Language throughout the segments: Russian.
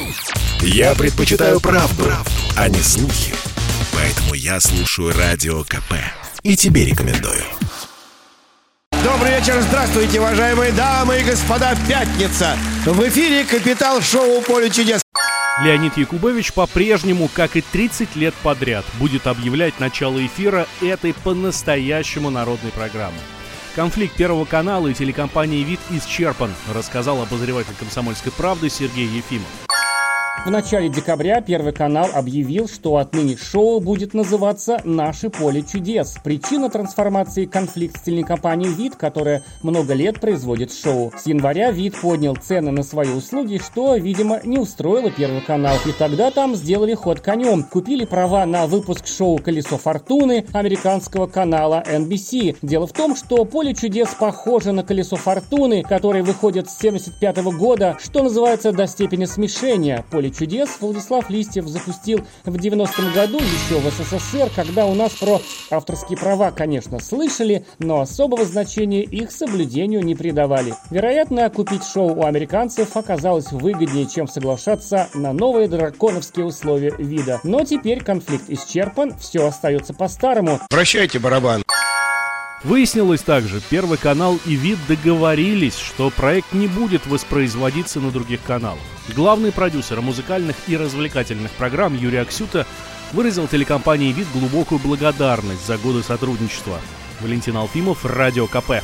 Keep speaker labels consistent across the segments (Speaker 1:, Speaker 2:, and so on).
Speaker 1: Я предпочитаю правду, а не слухи. Поэтому я слушаю Радио КП. И тебе рекомендую.
Speaker 2: Добрый вечер, здравствуйте, уважаемые дамы и господа. Пятница. В эфире капитал-шоу «Поле чудес».
Speaker 3: Леонид Якубович по-прежнему, как и 30 лет подряд, будет объявлять начало эфира этой по-настоящему народной программы. Конфликт Первого канала и телекомпании «ВИД» исчерпан, рассказал обозреватель «Комсомольской правды» Сергей Ефимов.
Speaker 4: В начале декабря Первый канал объявил, что отныне шоу будет называться «Наше поле чудес». Причина трансформации — конфликт с телекомпанией «ВИД», которая много лет производит шоу. С января «ВИД» поднял цены на свои услуги, что, видимо, не устроило Первый канал. И тогда там сделали ход конем. Купили права на выпуск шоу «Колесо фортуны» американского канала NBC. Дело в том, что «Поле чудес» похоже на «Колесо фортуны», который выходит с 1975 года, что называется, до степени смешения. «Поле чудес» Владислав Листьев запустил в 90-м году, еще в СССР, когда у нас про авторские права, конечно, слышали, но особого значения их соблюдению не придавали. Вероятно, купить шоу у американцев оказалось выгоднее, чем соглашаться на новые драконовские условия «ВИДа». Но теперь конфликт исчерпан, все остается по-старому.
Speaker 2: Прощайте, барабан.
Speaker 3: Выяснилось также, Первый канал и ВИД договорились, что проект не будет воспроизводиться на других каналах. Главный продюсер музыкальных и развлекательных программ Юрий Аксюта выразил телекомпании ВИД глубокую благодарность за годы сотрудничества. Валентин Алфимов, Радио КП.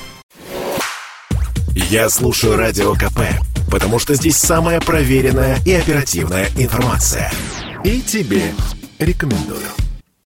Speaker 1: Я слушаю Радио КП, потому что здесь самая проверенная и оперативная информация. И тебе рекомендую.